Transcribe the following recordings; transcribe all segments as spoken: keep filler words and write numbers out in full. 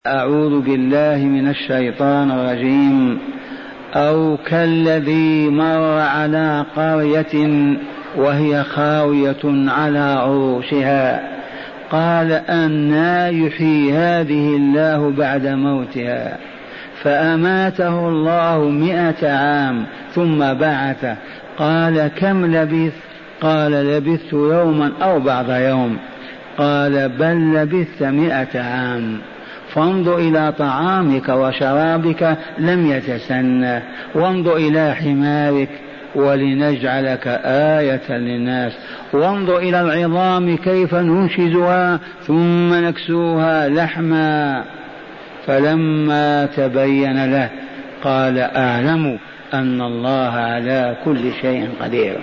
أعوذ بالله من الشيطان الرجيم. أو كالذي مر على قرية وهي خاوية على عروشها قال أنى يحيي هذه الله بعد موتها فأماته الله مئة عام ثم بعثه قال كم لبثت؟ قال لبثت يوما أو بعض يوم. قال بل لبثت مئة عام. فانظر إلى طعامك وشرابك لم يتسنى، وانظر إلى حمارك ولنجعلك آية للناس، وانظر إلى العظام كيف ننشزها ثم نكسوها لحما. فلما تبين له قال أعلم أن الله على كل شيء قدير.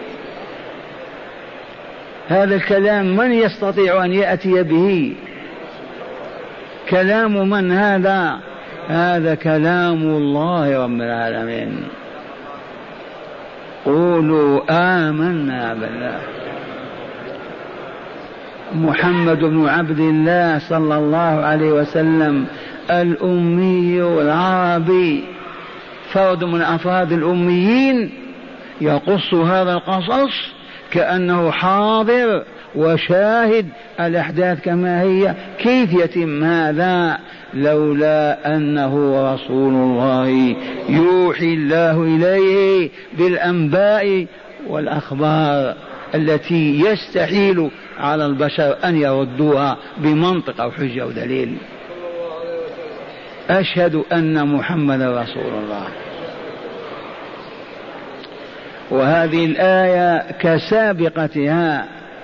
هذا الكلام من يستطيع أن يأتي به؟ كلام من هذا؟ هذا كلام الله رب العالمين. قولوا آمنا بالله. محمد بن عبد الله صلى الله عليه وسلم الأمي العربي، فرد من أفراد الأميين، يقص هذا القصص كأنه حاضر وشاهد الأحداث كما هي. كيف يتم هذا لولا أنه رسول الله يوحي الله إليه بالأنباء والأخبار التي يستحيل على البشر أن يردوها بمنطق أو حجة أو دليل. أشهد أن محمد رسول الله. وهذه الآية كسابقتها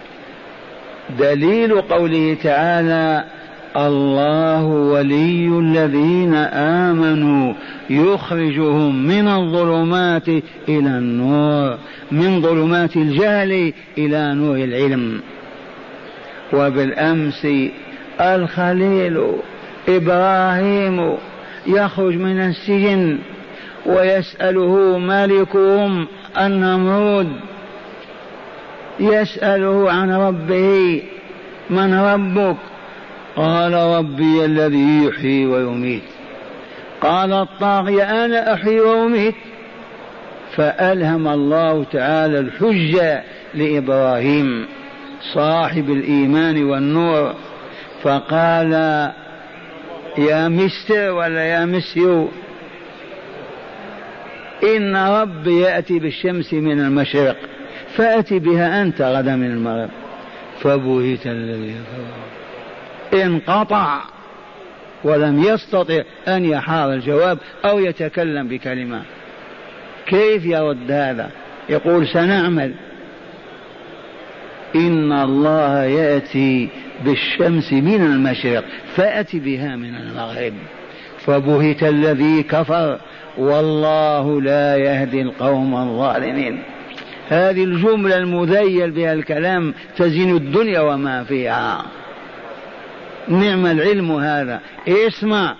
دليل قوله تعالى الله ولي الذين آمنوا يخرجهم من الظلمات إلى النور، من ظلمات الجهل إلى نور العلم. وبالأمس الخليل إبراهيم يخرج من السجن ويسأله مالكهم النمرود، يسأله عن ربه من ربك؟ قال ربي الذي يحيي ويميت. قال الطاغية أنا أحيي وأميت. فألهم الله تعالى الحجة لإبراهيم صاحب الإيمان والنور، فقال يا مستر ولا يا مسيو إن ربي يأتي بالشمس من المشرق فأتي بها أنت غدا من المغرب. فبهت الذي كفر، انقطع ولم يستطع أن يحار الجواب أو يتكلم بكلمة. كيف يرد هذا؟ يقول سنعمل. إن الله يأتي بالشمس من المشرق فأتي بها من المغرب. فبهت الذي كفر والله لا يهدي القوم الظالمين. هذه الجملة المذيل بها الكلام تزين الدنيا وما فيها. نعم العلم هذا. اسمع،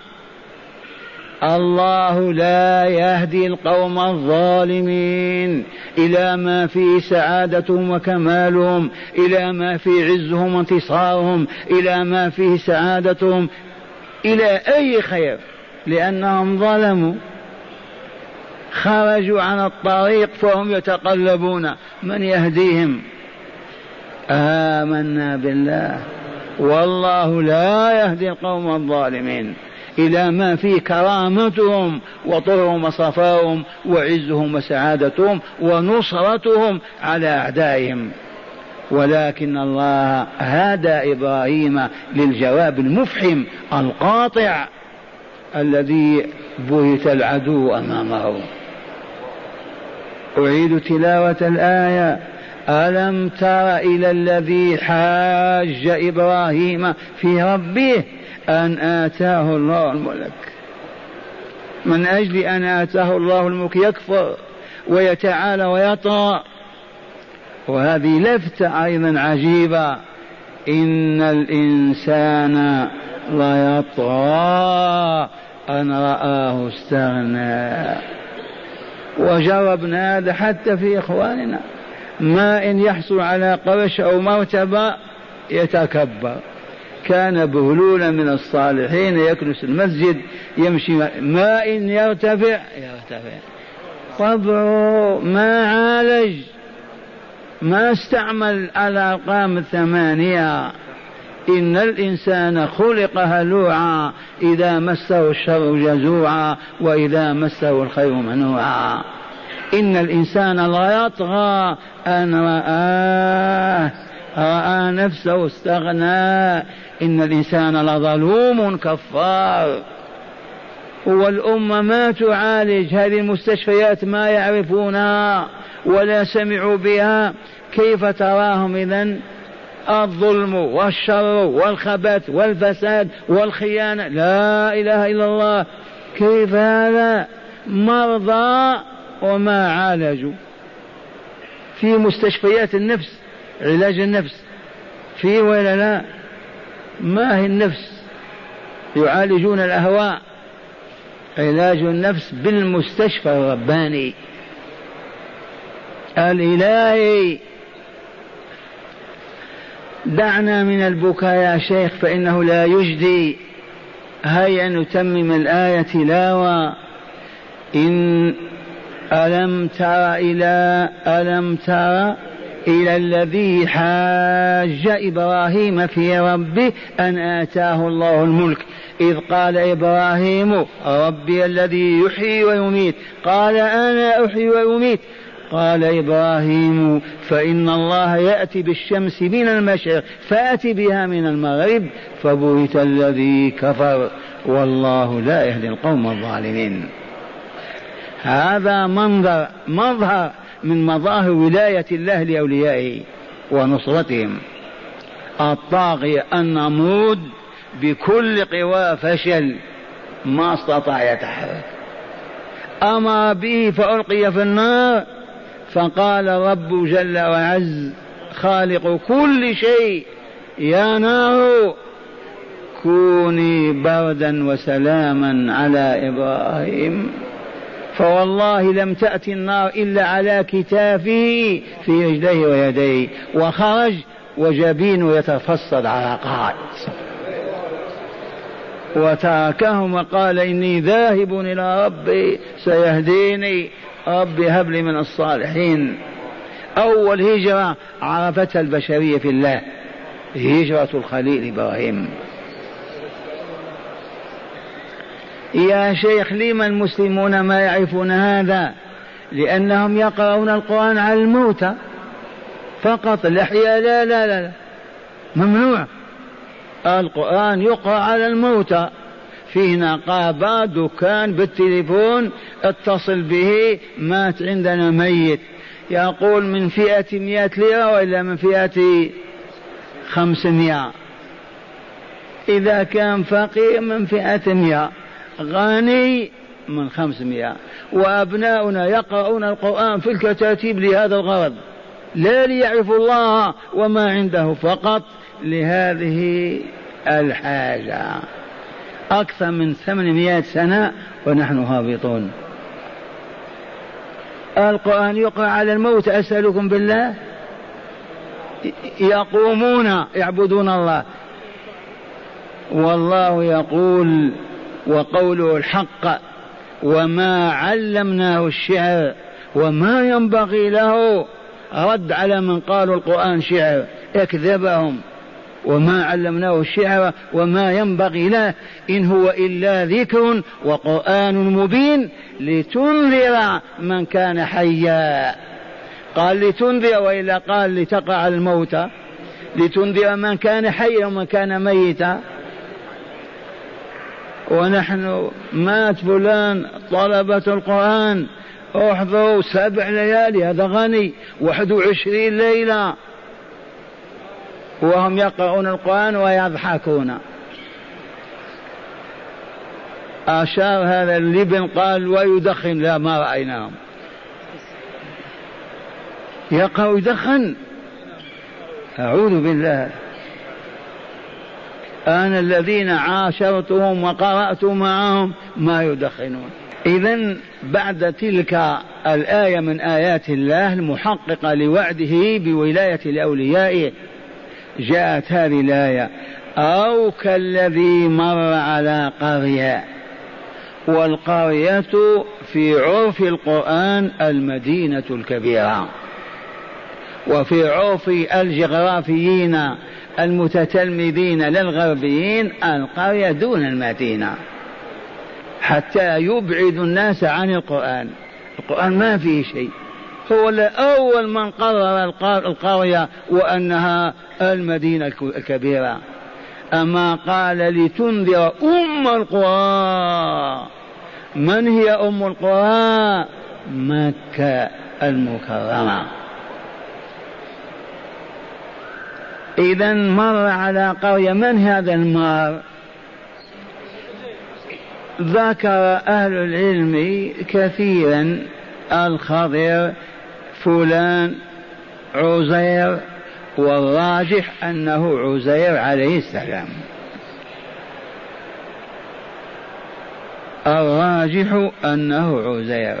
الله لا يهدي القوم الظالمين إلى ما فيه سعادتهم وكمالهم، إلى ما فيه عزهم وانتصارهم، إلى ما فيه سعادتهم، إلى أي خير، لأنهم ظلموا خرجوا عن الطريق فهم يتقلبون. من يهديهم؟ آمنا بالله والله لا يهدي القوم الظالمين إلى ما فيه كرامتهم وطهرهم وصفاهم وعزهم وسعادتهم ونصرتهم على أعدائهم. ولكن الله هدى إبراهيم للجواب المفحم القاطع الذي بهت العدو أمامه. أعيد تلاوة الآية. ألم تر إلى الذي حاج إبراهيم في ربه أن آتاه الله الملك. من أجل أن آتاه الله الملك يكفر ويتعالى ويطغى. وهذه لفتة أيضا عجيبة. إن الإنسان ليطغى أن رآه استغنى. وجربنا هذا حتى في إخواننا. ما إن يحصل على قرش أو مرتبة يتكبر، كان بهلولا من الصالحين يكنس المسجد يمشي ما إن يرتفع يرتفع طبعه ما عالج ما استعمل الأرقام الثمانية. إن الإنسان خلق هلوعا إذا مسه الشر جزوعا وإذا مسه الخير منوعا. إن الإنسان لا يطغى أن رآه رأى نفسه استغنى. إن الإنسان لظلوم كفار. والأمة ما تعالج هذه المستشفيات ما يعرفونها ولا سمعوا بها. كيف تراهم إذن؟ الظلم والشر والخبث والفساد والخيانة لا إله إلا الله. كيف هذا؟ مرضى وما عالجوا. في مستشفيات النفس علاج النفس فيه ولا لا؟ ما هي النفس؟ يعالجون الأهواء. علاج النفس بالمستشفى الرباني الإلهي. دعنا من البكاء يا شيخ فإنه لا يجدي. هيا نتمم الآية تلاوة. إن ألم تر إلى ألم تر إلى الذي حاج إبراهيم في ربه أن آتاه الله الملك إذ قال إبراهيم ربي الذي يحيي ويميت قال أنا أحيي ويميت قال إبراهيم فإن الله يأتي بالشمس من المشرق فأتي بها من المغرب فبهت الذي كفر والله لا يهدي القوم الظالمين. هذا منظر مظهر من مظاهر ولاية الله لأوليائه ونصرتهم. الطاغية النمرود بكل قوى فشل ما استطاع يتحرك. أمر به فألقي في النار فقال رب جل وعز خالق كل شيء يا نار كوني بردا وسلاما على إبراهيم. فوالله لم تأتي النار إلا على كتافه في رجليه ويديه وخرج وجبينه يتفصد عرقات وتركهم وقال إني ذاهب إلى ربي سيهديني ربي هب لي من الصالحين. أول هجرة عرفتها البشرية في الله هجرة الخليل إبراهيم. يا شيخ لما المسلمون ما يعرفون هذا؟ لأنهم يقرؤون القرآن على الموتى فقط. الأحياء لا لا لا ممنوع. القرآن يقرأ على الموتى. فيه نقابة دكان بالتليفون اتصل به مات عندنا ميت يقول من فئة مئة ليرة وإلا من فئة خمسمائة. إذا كان فقير من فئة مئة غني من خمسمائة. وأبناؤنا يقرؤون القرآن في الكتاتيب لهذا الغرض لا ليعرفوا الله وما عنده فقط لهذه الحاجة. أكثر من ثمانمائة سنة ونحن هابطون. القرآن يقرأ على الموت. أسألكم بالله يقومون يعبدون الله والله يقول وقوله الحق وما علمناه الشعر وما ينبغي له. رد على من قالوا القرآن شعر اكذبهم. وما علمناه الشعر وما ينبغي له إن هو إلا ذكر وقرآن مبين لتنذر من كان حيا. قال لتنذر وإلا قال لتقع على الموتى. لتنذر من كان حيا ومن كان ميتا. ونحن مات فلان طلبة القرآن احضروا سبع ليالي هذا غني واحد وعشرين ليلة وهم يقرؤون القرآن ويضحكون. أشار هذا اللبن قال ويدخن لا ما رأيناهم. يقرأ يدخن أعوذ بالله. أنا الذين عاشرتهم وقرأت معهم ما يدخنون. إذن بعد تلك الآية من آيات الله المحققة لوعده بولاية الأولياء جاءت هذه الآية أو كالذي مر على قرية، والقرية في عرف القرآن المدينة الكبيرة، وفي عرف الجغرافيين المتتلمذين للغربيين القرية دون المدينة، حتى يبعد الناس عن القرآن. القرآن ما فيه شيء، هو أول من قرر القرية وأنها المدينة الكبيرة. أما قال لتنذر أم القرى. من هي أم القرى؟ مكة المكرمة. إذا مر على قرية. من هذا المار؟ ذكر أهل العلم كثيرا، الخضر، فلان، عزير، والراجح أنه عزير عليه السلام. الراجح أنه عزير.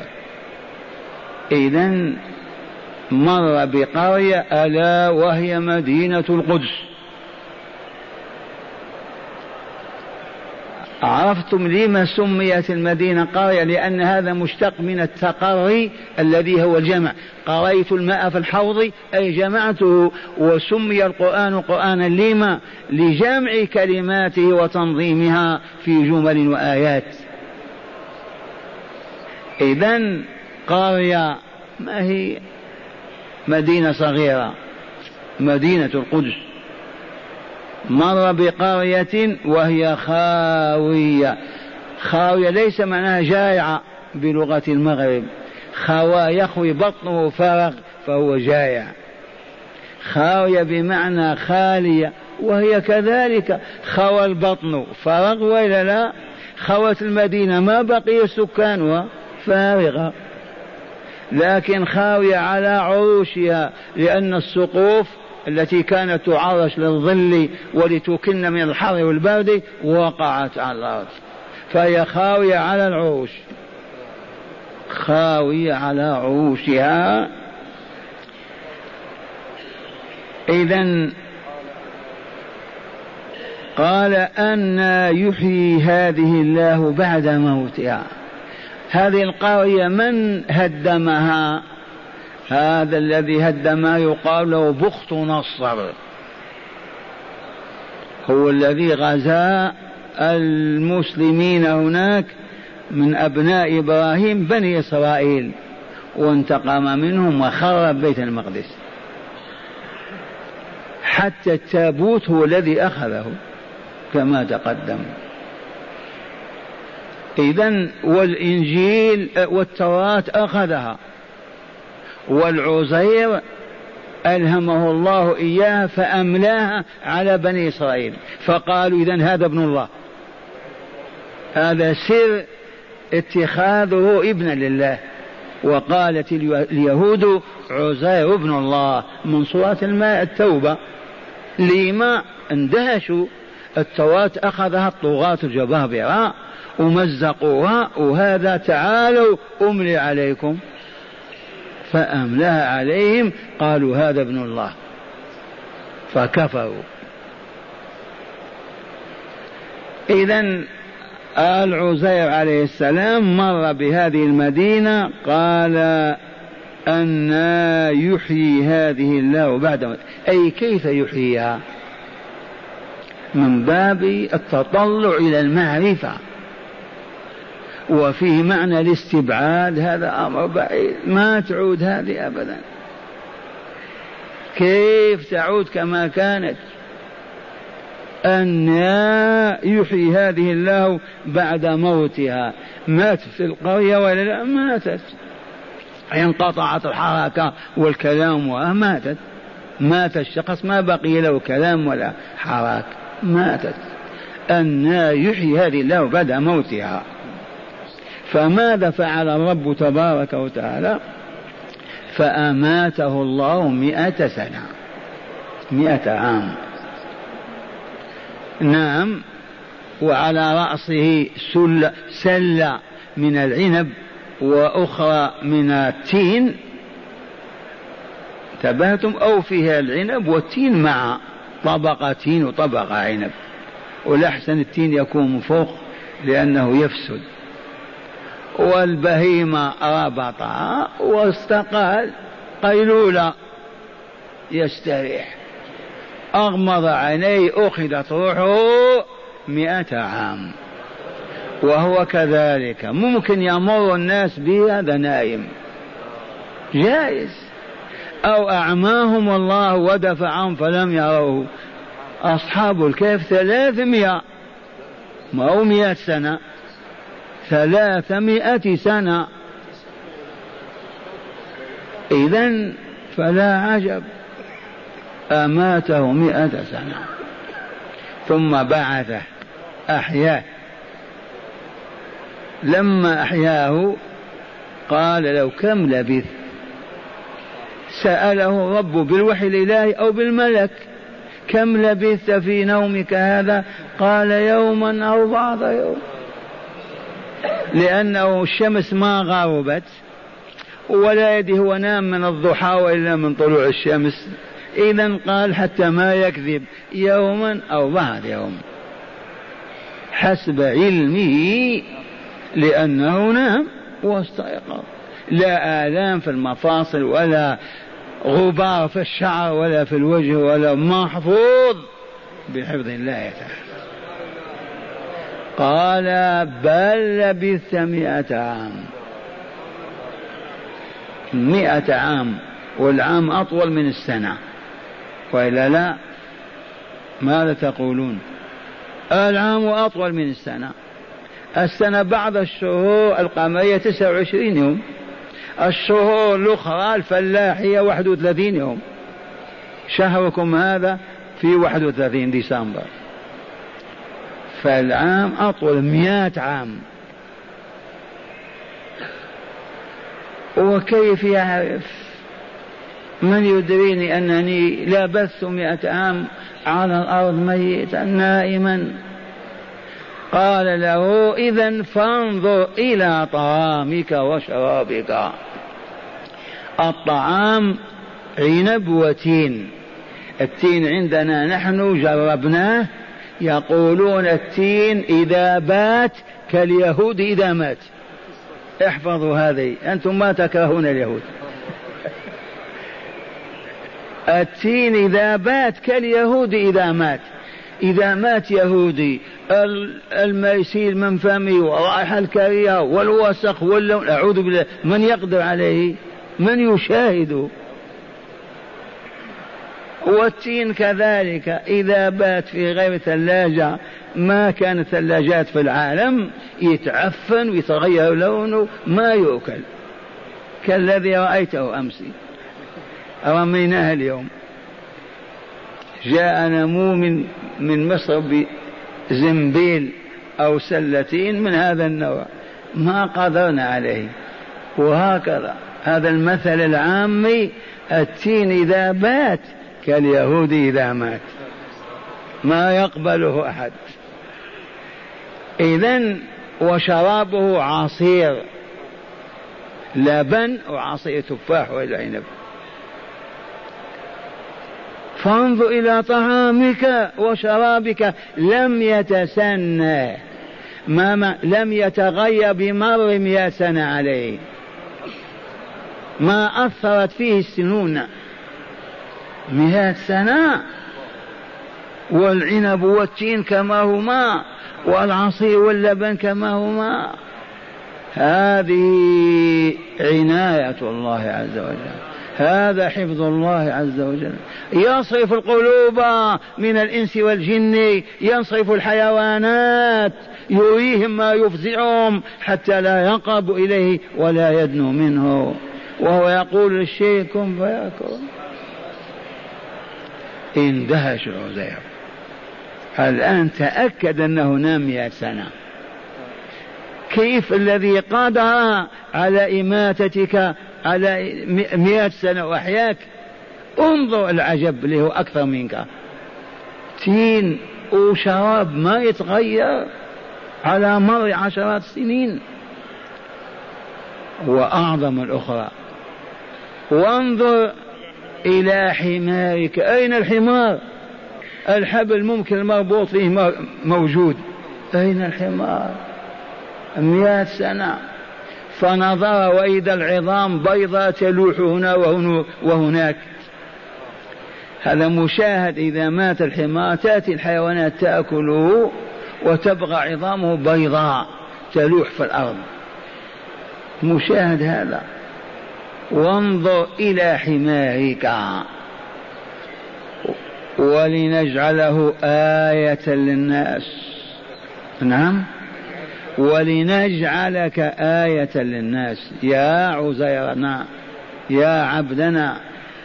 إذن مر بقرية ألا وهي مدينة القدس. عرفتم لما سميت المدينة قرية؟ لأن هذا مشتق من التقري الذي هو الجمع. قريت الماء في الحوض أي جمعته. وسمي القرآن قرآنا لما؟ لجمع كلماته وتنظيمها في جمل وآيات. إذن قرية ما هي مدينة صغيرة، مدينة القدس. مر بقرية وهي خاوية. خاوية ليس معناها جائعة بلغة المغرب. خوى يخوي بطنه فرغ فهو جائع. خاوية بمعنى خالية، وهي كذلك خوى البطن فرغ وإلا لا. خوت المدينة ما بقي سكانها، فارغة. لكن خاوية على عروشها، لأن السقوف التي كانت تعرش للظل ولتكن من الحر والبرد وقعت على الأرض، فهي خاوية على العروش، خاوية على عروشها. إذن قال أن يحيي هذه الله بعد موتها. هذه القرية من هدمها؟ هذا الذي هدمها يقال له بخت نصر، هو الذي غزا المسلمين هناك من أبناء إبراهيم بني إسرائيل، وانتقم منهم وخرب بيت المقدس. حتى التابوت هو الذي أخذه كما تقدم. إذن والإنجيل والتوراة أخذها، والعزير ألهمه الله إياها فأملاها على بني إسرائيل، فقالوا إذن هذا ابن الله. هذا سر اتخاذه ابنا لله. وقالت اليهود عزير ابن الله من سورة الماء التوبة. لما اندهشوا؟ التوراة أخذها الطغاة الجبابرة ومزقوها، وهذا تعالوا أملي عليكم، فأملاها عليهم، قالوا هذا ابن الله فكفروا. إذن آل عزير عليه السلام مر بهذه المدينة، قال أن يحيي هذه الله بعد، أي كيف يحييها؟ من باب التطلع إلى المعرفة، وفيه معنى الاستبعاد. هذا أمر بعيد، ما تعود هذه أبدا. كيف تعود كما كانت؟ أن يحيي هذه الله بعد موتها. ماتت في القرية ولا لا؟ ماتت، انقطعت الحركة والكلام وماتت. مات الشخص ما بقي له كلام ولا حراك، ماتت. أن يحيي هذه الله بعد موتها. فماذا فعل الرب تبارك وتعالى؟ فأماته الله مئة سنة، مئة عام. نعم. وعلى رأسه سل سلة من العنب وأخرى من التين، انتبهتم؟ أو فيها العنب والتين مع طبقة تين وطبقة عنب. والأحسن التين يكون من فوق لأنه يفسد. والبهيمة ربطها واستقال قيلولة يستريح، أغمض عينيه أخذت روحه مئة عام. وهو كذلك ممكن يمر الناس به هذا نائم جائز، أو أعماهم الله ودفعهم فلم يروه. أصحاب الكهف ثلاثمائة، ما هو مئة سنة، ثلاثمائة سنة. إذن فلا عجب أماته مئة سنة ثم بعثه أحياه. لما أحياه قال له كم لبثت؟ سأله رب بالوحي الإلهي أو بالملك كم لبثت في نومك هذا؟ قال يوما أو بعض يوم، لأنه الشمس ما غربت ولا يدي هو نام من الضحى وإلا من طلوع الشمس. إذن قال حتى ما يكذب يوما أو بعض يوم حسب علمه، لأنه نام واستيقظ. لا آلام في المفاصل ولا غبار في الشعر ولا في الوجه ولا، محفوظ بحفظ الله تعالى. قال بل لبثت مئة عام. مئة عام، والعام أطول من السنة، وإلا لا؟ ماذا تقولون؟ العام أطول من السنة. السنة بعض الشهور القمرية تسعة وعشرين يوم، الشهور الأخرى الفلاحية واحد وثلاثين يوم. شهركم هذا في واحد وثلاثين ديسمبر، فالعام أطول مئة عام. وكيف يعرف؟ من يدريني أنني لبثت مئة عام على الأرض ميتا نائما؟ قال له إذن فانظر إلى طعامك وشرابك. الطعام عنب وتين. التين عندنا نحن جربناه، يقولون التين إذا بات كاليهود إذا مات. احفظوا هذه، أنتم ما تكرهون اليهود. التين إذا بات كاليهود إذا مات. إذا مات يهودي الماء يسيل من فمه ورائحة الكريه والوسخ واللون، أعوذ بالله، من يقدر عليه؟ من يشاهد؟ والتين كذلك إذا بات في غير ثلاجة، ما كانت ثلاجات في العالم، يتعفن ويتغير لونه، ما يؤكل، كالذي رأيته أمس رميناه اليوم. جاء نمو من من مصر بزنبيل أو سلتين من هذا النوع، ما قدرنا عليه. وهكذا هذا المثل العامي، التين إذا بات كاليهود إذا مات، ما يقبله أحد. إذن وشرابه عصير لبن وعصير تفاح والعنب. فانظر إلى طعامك وشرابك لم يتسنى، ما, ما لم يتغير بمر مئة سنة عليه، ما أثرت فيه السنون. مئة سنة، والعنب والتين كما هما، والعصير واللبن كما هما. هذه عناية الله عز وجل، هذا حفظ الله عز وجل. يصرف القلوب من الإنس والجن، ينصرف الحيوانات، يريهم ما يفزعهم حتى لا يقرب إليه ولا يدنو منه، وهو يقول للشيء كن فيكون. اندهش عزير. الآن تأكد أنه نام مئة سنة. كيف الذي قدر على إماتتك على مئة سنة وأحياك؟ انظر العجب اللي هو أكثر منك. تين وشراب ما يتغير على مر عشرات السنين. وأعظم الأخرى، وانظر إلى حمارك. أين الحمار؟ الحبل ممكن المربوط فيه موجود، أين الحمار؟ مئة سنة. فنظر وإذا العظام بيضاء تلوح هنا وهناك. هذا مشاهد، إذا مات الحمار تأتي الحيوانات تأكله وتبقى عظامه بيضاء تلوح في الأرض، مشاهد هذا. وانظر إلى حمارك ولنجعله آية للناس. نعم، ولنجعلك آية للناس يا عزيرنا يا عبدنا.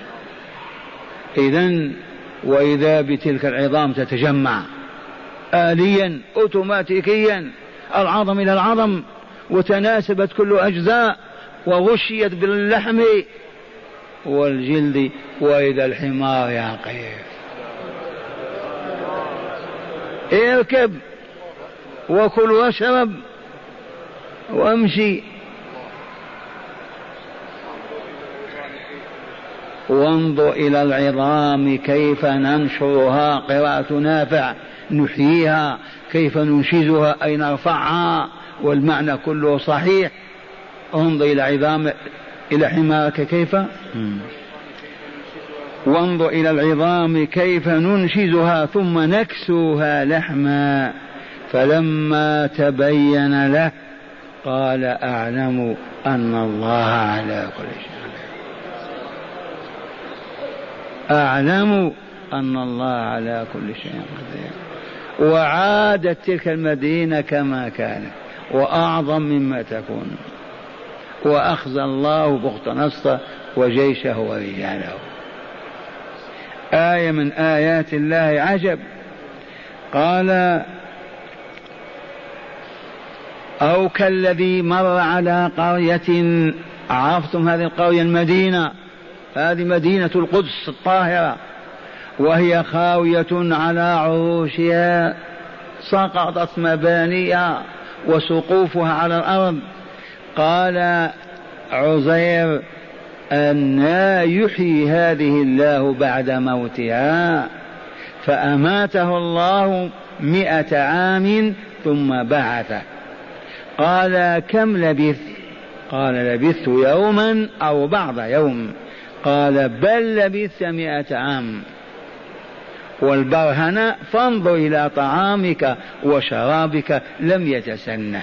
إذن وإذا بتلك العظام تتجمع آليا أوتوماتيكيا، العظم إلى العظم، وتناسبت كل أجزاء وغشيت باللحم والجلد. وإذا الحمار يقف، اركب وكل واشرب وامشي. وانظر إلى العظام كيف ننشرها، قراءة نافع، نحييها، كيف ننشزها أي نرفعها، والمعنى كله صحيح. انظر إلى عظام إلى حمارك كيف. وانظر إلى العظام كيف ننشزها ثم نكسوها لحما. فلما تبين له قال أعلم أن الله على كل شيء أعلم أن الله على كل شيء قدير. وعادت تلك المدينة كما كانت وأعظم مما تكون، وأخزى الله بخت نصر وجيشه ورجاله. آية من آيات الله عجب. قال أو كالذي مر على قرية، عرفتم هذه القرية المدينة، هذه مدينة القدس الطاهرة، وهي خاوية على عروشها، سقطت مبانيها وسقوفها على الأرض. قال عزير أنى يحيي هذه الله بعد موتها؟ فأماته الله مئة عام ثم بعثه. قال كم لبثت؟ قال لبثت يوما أو بعض يوم. قال بل لبثت مئة عام. والبرهنة فانظر إلى طعامك وشرابك لم يتسنى.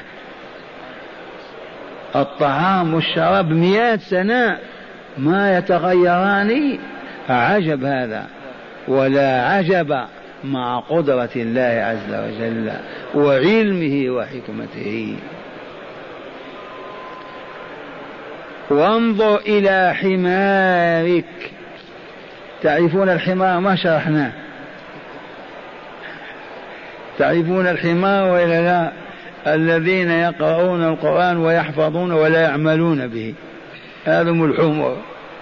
الطعام والشراب مئات سنة ما يتغيران. عجب هذا، ولا عجب مع قدرة الله عز وجل وعلمه وحكمته. وانظر إلى حمارك. تعرفون الحمار؟ ما شرحناه. تعرفون الحمار وإلا لا؟ الذين يقرؤون القرآن ويحفظون ولا يعملون به، هذم الحمر.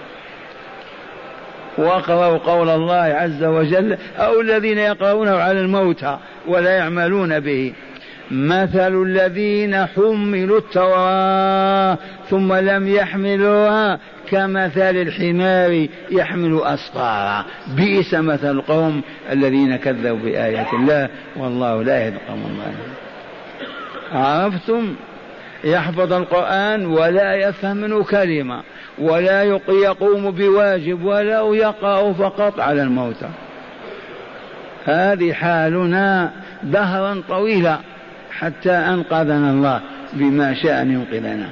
واقرأوا قول الله عز وجل أو الذين يقرؤونه على الموتى ولا يعملون به. مثل الذين حملوا التوراة ثم لم يحملوها كمثل الحمار يحمل أسفارا، بئس مثل القوم الذين كذبوا بآيات الله والله لا يهدي القوم الظالمين. عرفتم؟ يحفظ القرآن ولا يفهم منه كلمة، ولا يقوم بواجب، ولا يقرأ فقط على الموتى. هذه حالنا دهرا طويلا حتى أنقذنا الله بما شاء أن ينقذنا.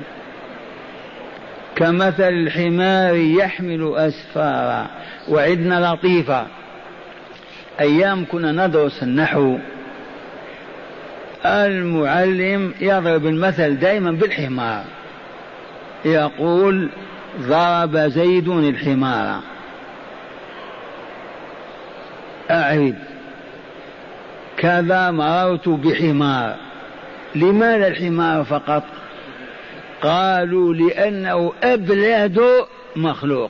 كمثل الحمار يحمل أسفارا. وعدنا لطيفة، أيام كنا ندرس النحو، المعلم يضرب المثل دائما بالحمار، يقول ضرب زيد الحمار. أعد كذا مررت بحمار. لماذا الحمار فقط؟ قالوا لأنه أبلد مخلوق.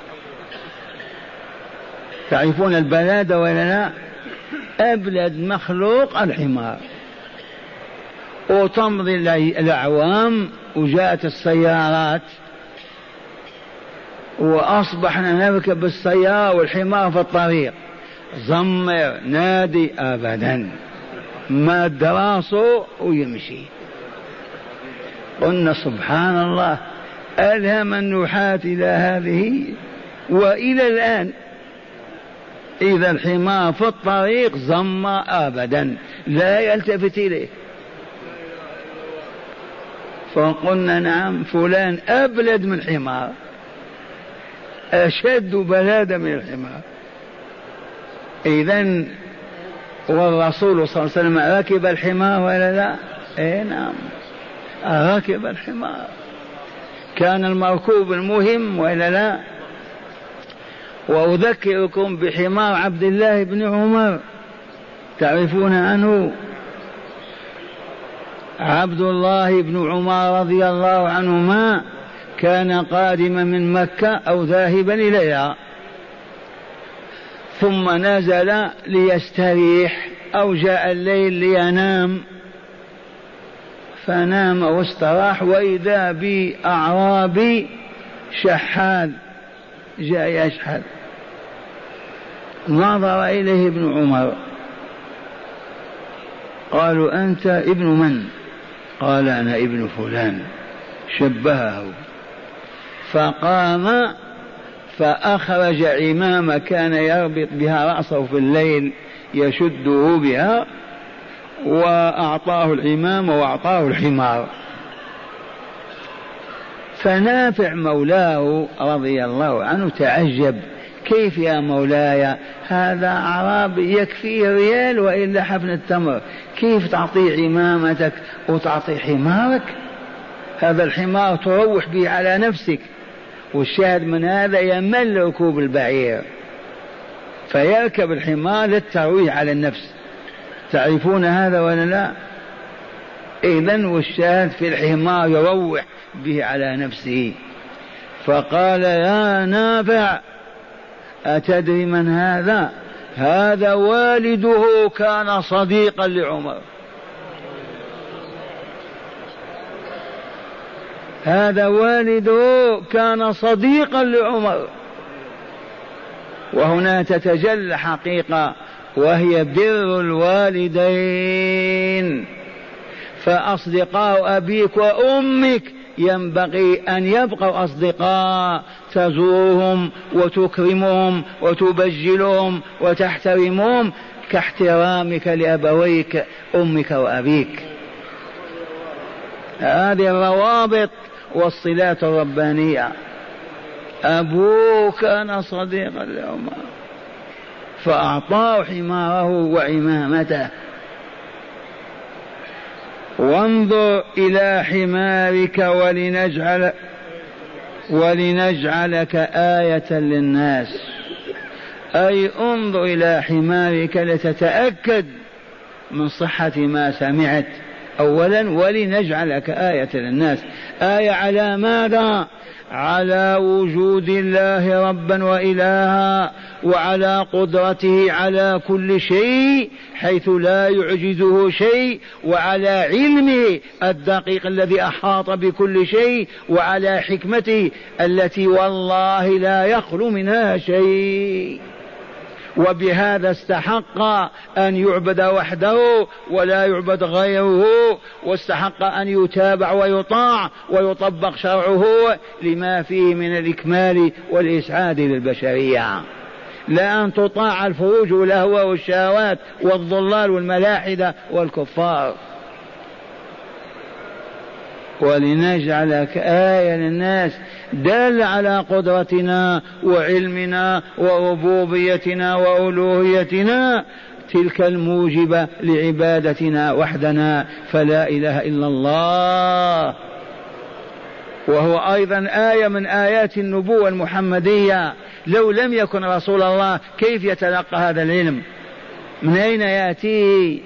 تعرفون البلاد ولا لا؟ أبلد مخلوق الحمار. وتمضي الأعوام وجاءت السيارات وأصبحنا نركب السيارة والحمار في الطريق. زمر نادي أبدا، ما دراسه ويمشي. قلنا سبحان الله، ألهم النحاة إلى هذه وإلى الآن إذا الحمار في الطريق زم أبدا لا يلتفت إليه. فقلنا نعم فلان أبلد من الحمار، أشد بلادة من الحمار. إذن والرسول صلى الله عليه وسلم ركب الحمار ولا لا؟ إيه نعم ركب الحمار، كان المركوب المهم ولا لا؟ وأذكركم بحمار عبد الله بن عمر، تعرفون عنه؟ عبد الله بن عمر رضي الله عنهما كان قادما من مكة أو ذاهبا إليها، ثم نزل ليستريح أو جاء الليل لينام، فنام واستراح، وإذا بأعرابي شحاذ جاء يشحذ، نظر إليه ابن عمر، قالوا أنت ابن من؟ قال أنا ابن فلان، شبهه، فقام فأخرج عمامة كان يربط بها رأسه في الليل يشده بها، وأعطاه العمام وأعطاه الحمار. فنافع مولاه رضي الله عنه تعجب، كيف يا مولاي هذا أعرابي يكفيه ريال وإلا حفن التمر، كيف تعطيه عمامتك وتعطي حمارك؟ هذا الحمار تروح به على نفسك، والشاهد من هذا يمل ركوب البعير فيركب الحمار للترويح على النفس. تعرفون هذا ولا لا؟ إذن والشاهد في الحمار يروح به على نفسه. فقال يا نافع أتدري من هذا؟ هذا والده كان صديقا لعمر، هذا والده كان صديقا لعمر. وهنا تتجلى حقيقة وهي بر الوالدين، فأصدقاء أبيك وأمك ينبغي أن يبقوا أصدقاء تزورهم وتكرمهم وتبجلهم وتحترمهم كاحترامك لأبويك أمك وأبيك. هذه الروابط والصلات الربانية. أبوه كان صديقا لعمر فأعطاه حماره وعمامته. وانظر إلى حمارك ولنجعل ولنجعلك آية للناس، أي انظر إلى حمارك لتتأكد من صحة ما سمعت. أولا ولنجعلك آية للناس، آية على ماذا؟ على وجود الله ربا وإلها، وعلى قدرته على كل شيء حيث لا يعجزه شيء، وعلى علمه الدقيق الذي أحاط بكل شيء، وعلى حكمته التي والله لا يخلو منها شيء. وبهذا استحق أن يعبد وحده ولا يعبد غيره، واستحق أن يتابع ويطاع ويطبق شرعه لما فيه من الإكمال والإسعاد للبشرية، لا أن تطاع الفروج والأهواء والشهوات والضلال والملاحدة والكفار. ولنجعلك آية للناس دال على قدرتنا وعلمنا وربوبيتنا وألوهيتنا، تلك الموجبة لعبادتنا وحدنا، فلا إله إلا الله. وهو أيضا آية من آيات النبوة المحمدية. لو لم يكن رسول الله كيف يتلقى هذا العلم؟ من أين يأتيه؟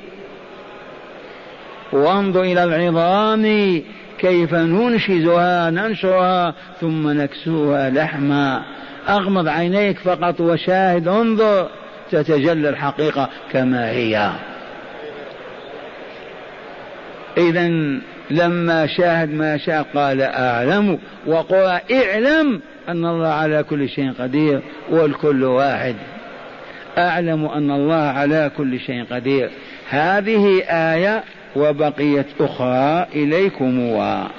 وانظر إلى العظام كيف ننشزها ننشرها ثم نكسوها لحما. أغمض عينيك فقط وشاهد، انظر تتجلى الحقيقة كما هي. إذن لما شاهد ما شاء قال أعلم، وقل اعلم أن الله على كل شيء قدير والكل واحد. أعلم أن الله على كل شيء قدير. هذه آية وبقيت أخرى إليكمها.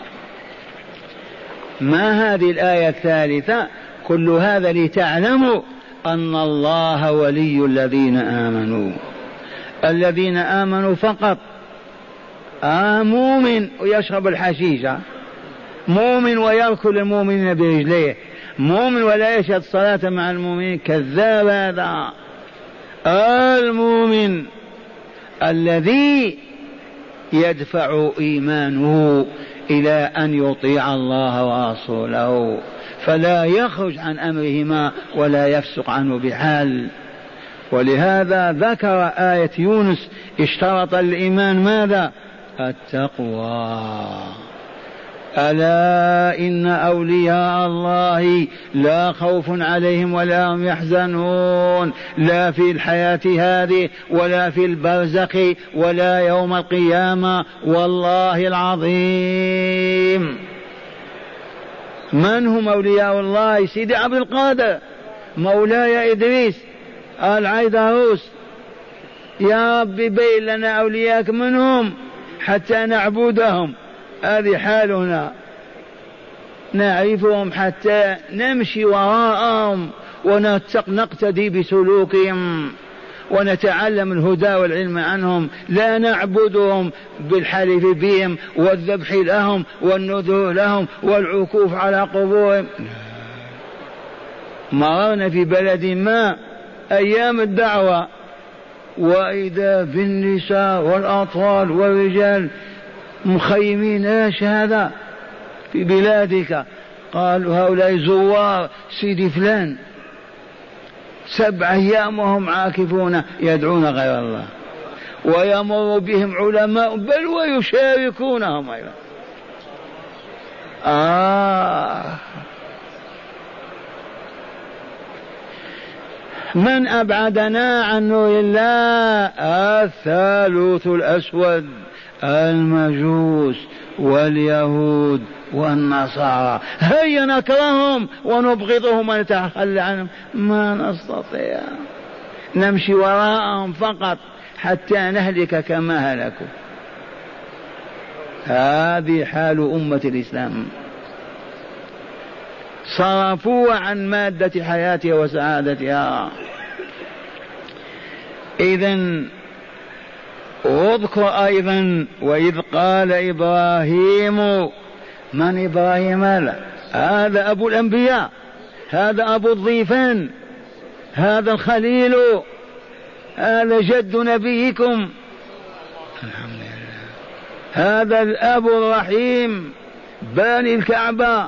ما هذه الآية الثالثة؟ كل هذا لتعلموا أن الله ولي الذين آمنوا. الذين آمنوا فقط. آه مؤمن ويشرب الحشيشة، مؤمن ويركل المؤمنين برجليه، مؤمن ولا يشهد صلاة مع المؤمنين، كذاب هذا. المؤمن الذي يدفع إيمانه إلى أن يطيع الله ورسوله فلا يخرج عن أمرهما ولا يفسق عنه بحال. ولهذا ذكر آية يونس اشترط الإيمان ماذا؟ التقوى. ألا إن أولياء الله لا خوف عليهم ولا هم يحزنون، لا في الحياة هذه ولا في البرزخ ولا يوم القيامة، والله العظيم. من هم أولياء الله؟ سيدي عبد القادر، مولاي إدريس، العيدروس. يا رب بين لنا أولياك منهم حتى نعبدهم. هذه حالنا، نعرفهم حتى نمشي وراءهم ونقتدي بسلوكهم ونتعلم الهدى والعلم عنهم، لا نعبدهم بالحلف بهم والذبح لهم والنذور لهم والعكوف على قبورهم. مررنا في بلد ما أيام الدعوة وإذا بالنساء والأطفال والرجال مخيمين. ايش هذا في بلادك؟ قالوا هؤلاء زوار سيدي فلان، سبع أيام وهم عاكفون يدعون غير الله، ويمر بهم علماء بل ويشاركونهم أيضا. آه من أبعدنا عن نور الله؟ الثالوث الأسود، المجوس واليهود والنصارى. هيا نكرههم ونبغضهم ونتخلى عنهم، ما نستطيع، نمشي وراءهم فقط حتى نهلك كما هلكوا. هذه حال أمة الإسلام، صرفوا عن مادة حياتها وسعادتها. إذن اذكر أيضا وإذ قال إبراهيم. من إبراهيم هذا؟ هذا أبو الأنبياء، هذا أبو الضيفان، هذا الخليل، هذا جد نبيكم، الحمد لله، هذا الأب الرحيم باني الكعبة.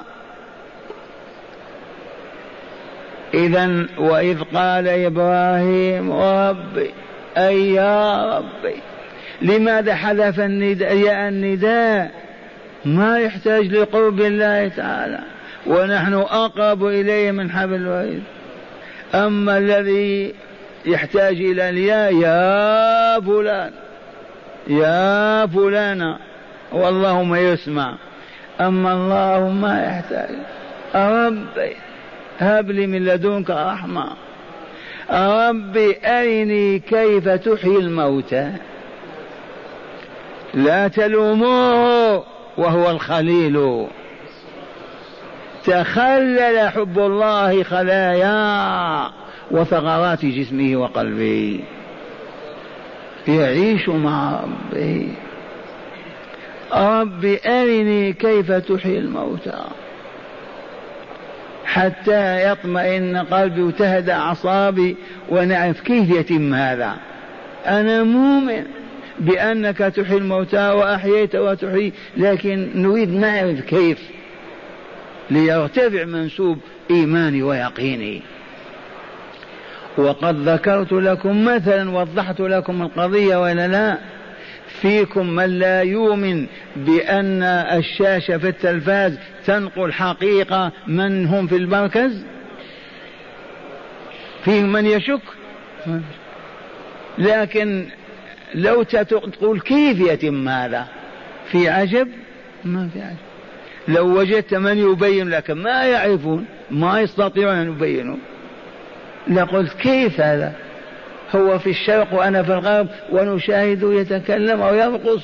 إذن وإذ قال إبراهيم ربي أي يا ربي. لماذا حذف النداء؟ يا النداء ما يحتاج لقرب الله تعالى ونحن أقرب إليه من حبل الوريد. أما الذي يحتاج إلى الياء يا فلان يا فلانة والله ما يسمع، أما الله ما يحتاج. ربي هب لي من لدنك رحمة، ربي أرني كيف تحيي الموتى. لا تلوموه وهو الخليل، تخلل حب الله خلايا وثغرات جسمه وقلبه، يعيش مع ربه. ربي أرني كيف تحيي الموتى حتى يطمئن قلبي وتهدأ أعصابي ونعرف كيف يتم هذا. أنا مؤمن بأنك تحيي الموتى وأحييت وتحيي، لكن نريد نعرف كيف ليرتفع منسوب إيماني ويقيني. وقد ذكرت لكم مثلا، وضحت لكم القضية ولا لا؟ فيكم من لا يؤمن بأن الشاشة في التلفاز تنقل حقيقة من هم في المركز؟ فيهم من يشك، لكن لو تقول كيف يتم هذا في عجب، ما في عجب. لو وجدت من يبين لك ما يعرفون ما يستطيعون أن يبينوا لقلت كيف هذا؟ هو في الشرق وأنا في الغرب ونشاهد يتكلم أو يرقص.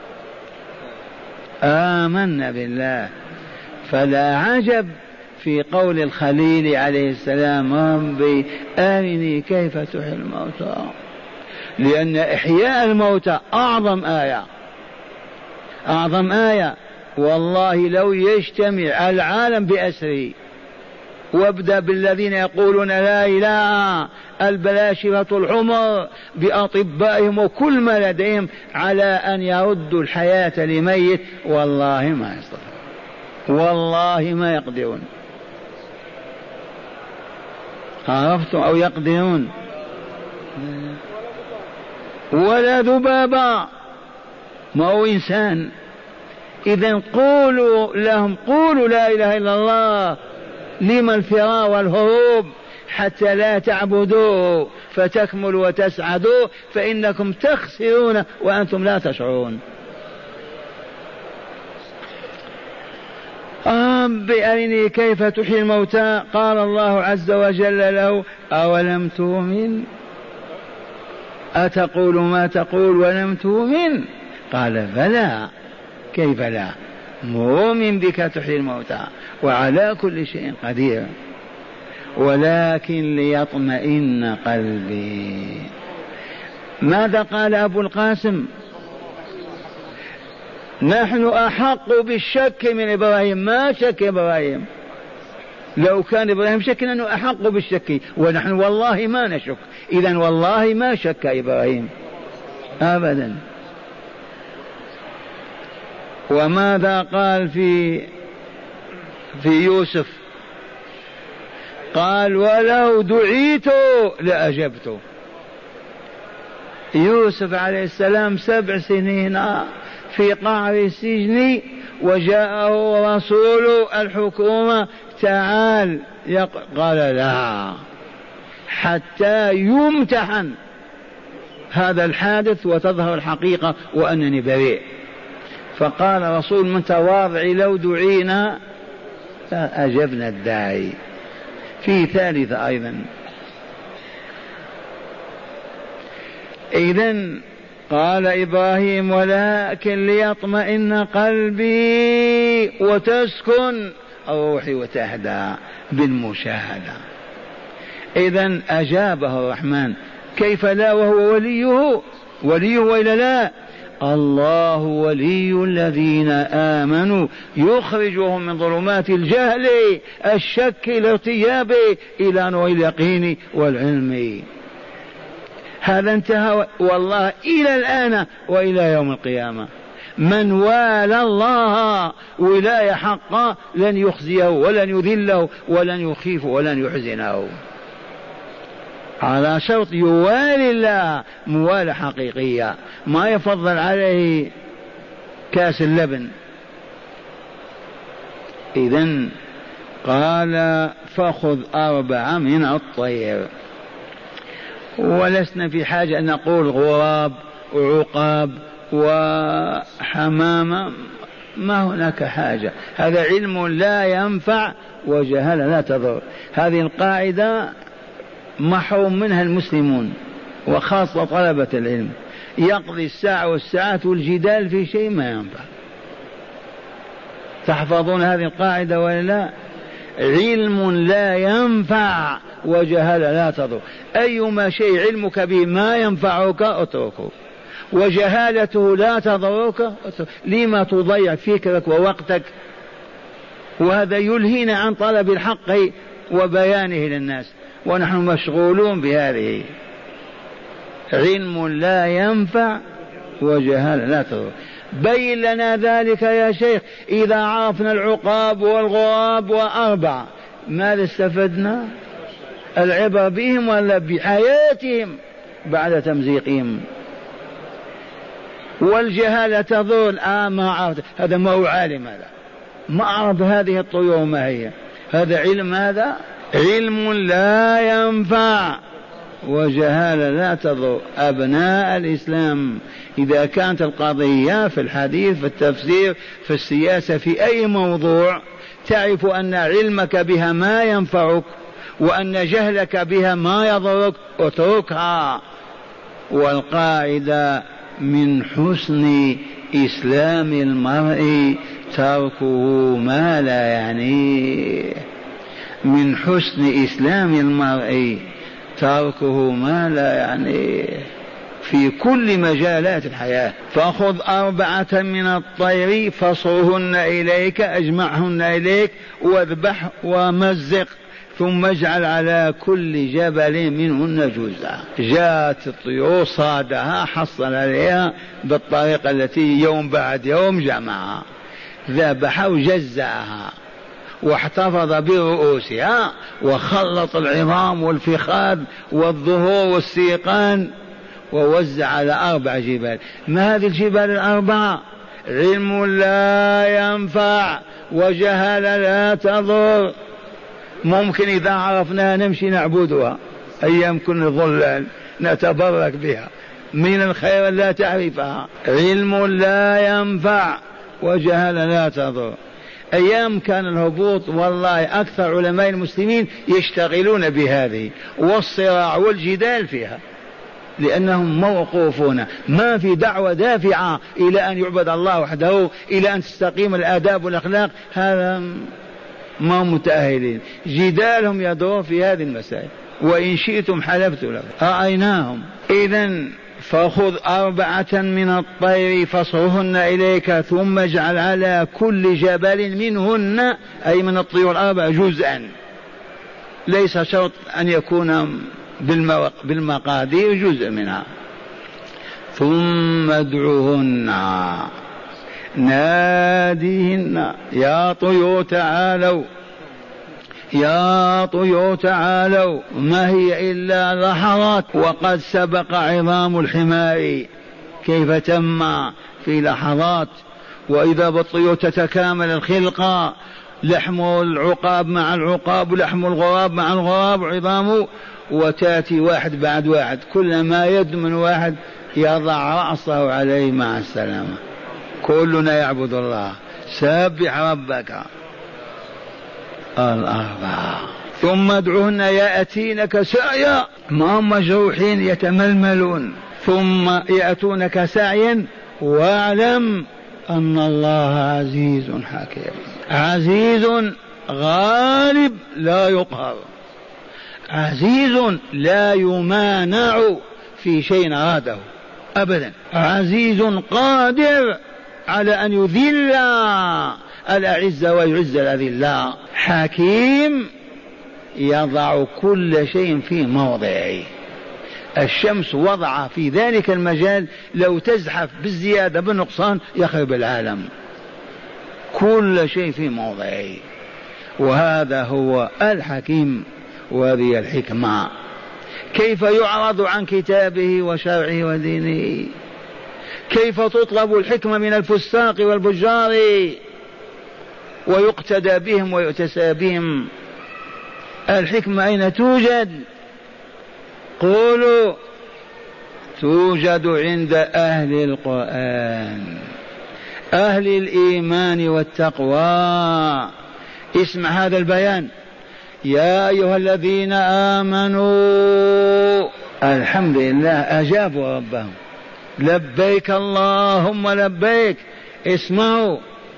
آمنا بالله. فلا عجب في قول الخليل عليه السلام ربي أرني كيف تحيي الموتى، لأن إحياء الموتى أعظم آية، أعظم آية. والله لو يجتمع العالم بأسره، وابدأ بالذين يقولون لا إله، البلاشفة الحمر بأطبائهم وكل ما لديهم على أن يردوا الحياة لميت، والله ما يستطيعون، والله ما يقدرون. عرفتم أو يقدرون؟ ولا ذبابا، ما هو إنسان. إذن قولوا لهم قولوا لا إله إلا الله، لما الفرار والهروب؟ حتى لا تعبدوه فتكملوا وتسعدوا، فإنكم تخسرون وأنتم لا تشعرون. رب أرني كيف تحيي الموتى. قال الله عز وجل له أولم تؤمن؟ أتقول ما تقول ولم تؤمن؟ قال بلى، كيف لا، مؤمن بك تحيي الموتى وعلى كل شيء قدير، ولكن ليطمئن قلبي. ماذا قال أبو القاسم؟ نحن أحق بالشك من إبراهيم، ما شك إبراهيم، لو كان إبراهيم شك نحن أحق بالشك، ونحن والله ما نشك. إذن والله ما شك إبراهيم أبدا. وماذا قال في في يوسف؟ قال ولو دعيت لأجبت. يوسف عليه السلام سبع سنين في قعر السجن، وجاءه رسول الحكومة تعال، قال لا حتى يمتحن هذا الحادث وتظهر الحقيقة وأنني بريء. فقال رسول من تواضع لو دعينا أجبنا الداعي. في ثالثة أيضا. إذن قال إبراهيم ولكن ليطمئن قلبي وتسكن روحي وتهدى بالمشاهدة. إذن أجابه الرحمن، كيف لا وهو وليه، وليه وإلا لا؟ الله ولي الذين آمنوا يخرجهم من ظلمات الجهل الشك الارتياب إلى نور اليقين والعلم. هذا انتهى والله إلى الآن وإلى يوم القيامة. من والى الله ولاية حقا لن يخزيه ولن يذله ولن يخيف ولن يحزنه، على شرط يوالي الله موالة حقيقية، ما يفضل عليه كاس اللبن. إذن قال فخذ أربعة من الطير، ولسنا في حاجة أن نقول غراب وعقاب وحمامة، ما هناك حاجة، هذا علم لا ينفع وجهالة لا تضر. هذه القاعدة محروم منها المسلمون وخاصة طلبة العلم، يقضي الساعة والساعات والجدال في شيء ما ينفع. تحفظون هذه القاعدة ولا لا؟ علم لا ينفع وجهالة لا تضر. أيما شيء علمك به ما ينفعك اتركه، وجهالته لا تضرك لما تضيع فكرك ووقتك؟ وهذا يلهينا عن طلب الحق وبيانه للناس، ونحن مشغولون بهذه. علم لا ينفع وجهالة لا تضر. بين لنا ذلك يا شيخ. إذا عرفنا العقاب والغراب وأربعة ماذا استفدنا؟ العبر بهم ولا بحياتهم بعد تمزيقهم؟ والجهالة تضر. آه ما عرفت، هذا ما هو عالم، هذا ما أعرف هذه الطيور ما هي، هذا علم، هذا علم لا ينفع وجهالة لا تضر. أبناء الإسلام، إذا كانت القضية في الحديث في التفسير في السياسة في أي موضوع تعرف أن علمك بها ما ينفعك وأن جهلك بها ما يضرك اتركها. والقاعدة من حسن إسلام المرء تركه ما لا يعنيه، من حسن إسلام المرء تركه ما لا يعنيه في كل مجالات الحياة. فخذ أربعة من الطير فصرهن إليك، أجمعهن إليك واذبح ومزق، ثم اجعل على كل جبل منهن جزءا. جاءت الطيور صادها حصل عليها بالطريقة التي يوم بعد يوم جمعها، ذبح وجزعها واحتفظ برؤوسها وخلط العظام والفخاذ والظهور والسيقان ووزع على أربع جبال. ما هذه الجبال الأربعة؟ علم لا ينفع وجهل لا تضر. ممكن إذا عرفناها نمشي نعبدها أيام كنا ظلال نتبرك بها، من الخير لا تعرفها. علم لا ينفع وجهل لا تضر. أيام كان الهبوط والله أكثر علماء المسلمين يشتغلون بهذه والصراع والجدال فيها، لأنهم موقوفون، ما في دعوة دافعة إلى أن يعبد الله وحده، إلى أن تستقيم الآداب والأخلاق، هذا ما متأهلين. جدالهم يدور في هذه المسائل، وإن شئتم حلفت لكم رأيناهم. إذن فخذ أربعة من الطير فصرهن إليك ثم اجعل على كل جبل منهن، أي من الطيور الأربع، جزءا، ليس شرط أن يكون بالمقادير، جزء منها. ثم ادعوهن ناديهن يا طيور تعالوا، يا طيور تعالوا. ما هي إلا لحظات وقد سبق عظام الحمار كيف تم في لحظات. وإذا بالطيور تتكامل الخلقة، لحم العقاب مع العقاب ولحم الغراب مع الغراب وعظامه، وتأتي واحد بعد واحد، كلما يد من واحد يضع رأسه عليه مع السلامة. كلنا يعبد الله. سبح ربك. الأربعة. ثم ادعوهن يأتينك سعيا، ما هم مجروحين يتململون، ثم يأتونك سعيا، واعلم أن الله عزيز حكيم. عزيز غالب لا يقهر، عزيز لا يمانع في شيء أراده أبدا، عزيز قادر على أن يذل الأعزة ويعز الأذلاء، حكيم يضع كل شيء في موضعه. الشمس وضع في ذلك المجال، لو تزحف بالزيادة بالنقصان يخرب العالم، كل شيء في موضعه. وهذا هو الحكيم، وهذه الحكمة. كيف يعرض عن كتابه وشرعه ودينه؟ كيف تطلب الحكمة من الفساق والبجار ويقتدى بهم ويؤتسى بهم؟ الحكمة أين توجد؟ قولوا توجد عند أهل القرآن، أهل الإيمان والتقوى. اسمع هذا البيان: يا أيها الذين آمنوا. الحمد لله أجابوا ربهم، لبيك اللهم لبيك. اسمعوا: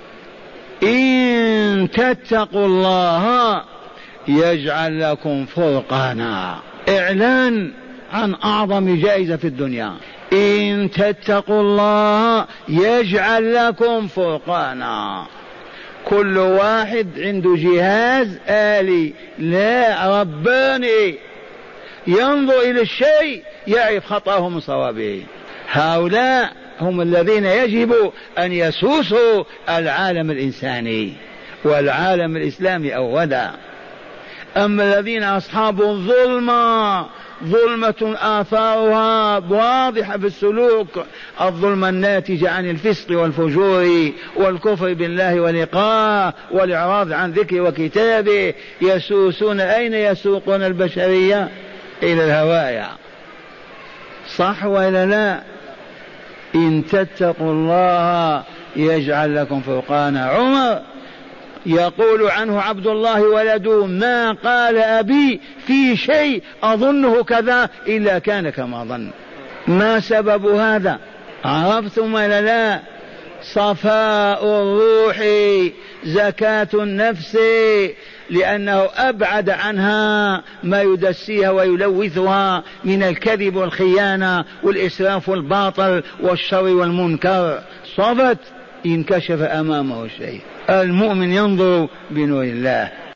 إن تتقوا الله يجعل لكم فرقانا. إعلان عن أعظم جائزة في الدنيا: إن تتقوا الله يجعل لكم فرقانا. كل واحد عنده جهاز آلي لا رباني ينظر إلى الشيء يعرف خطأه من صوابه. هؤلاء هم الذين يجب أن يسوسوا العالم الإنساني والعالم الإسلامي أولا. أما الذين أصحاب الظلمة، ظلمة آثارها واضحة في السلوك، الظلمة الناتجة عن الفسق والفجور والكفر بالله ولقاه والإعراض عن ذكره وكتابه، يسوسون. أين يسوقون البشرية؟ إلى الهوايا. صح ولا لا؟ إن تتقوا الله يجعل لكم فرقانا. عمر يقول عنه عبد الله ولده ما قال أبي في شيء أظنه كذا إلا كان كما ظن. ما سبب هذا؟ عرفتم ولا لا؟ صفاء الروح، زكاة النفس، لأنه أبعد عنها ما يدسيها ويلوثها من الكذب والخيانة والإسراف والباطل والشر والمنكر. صفت انكشف أمامه الشيء. المؤمن ينظر بنور الله.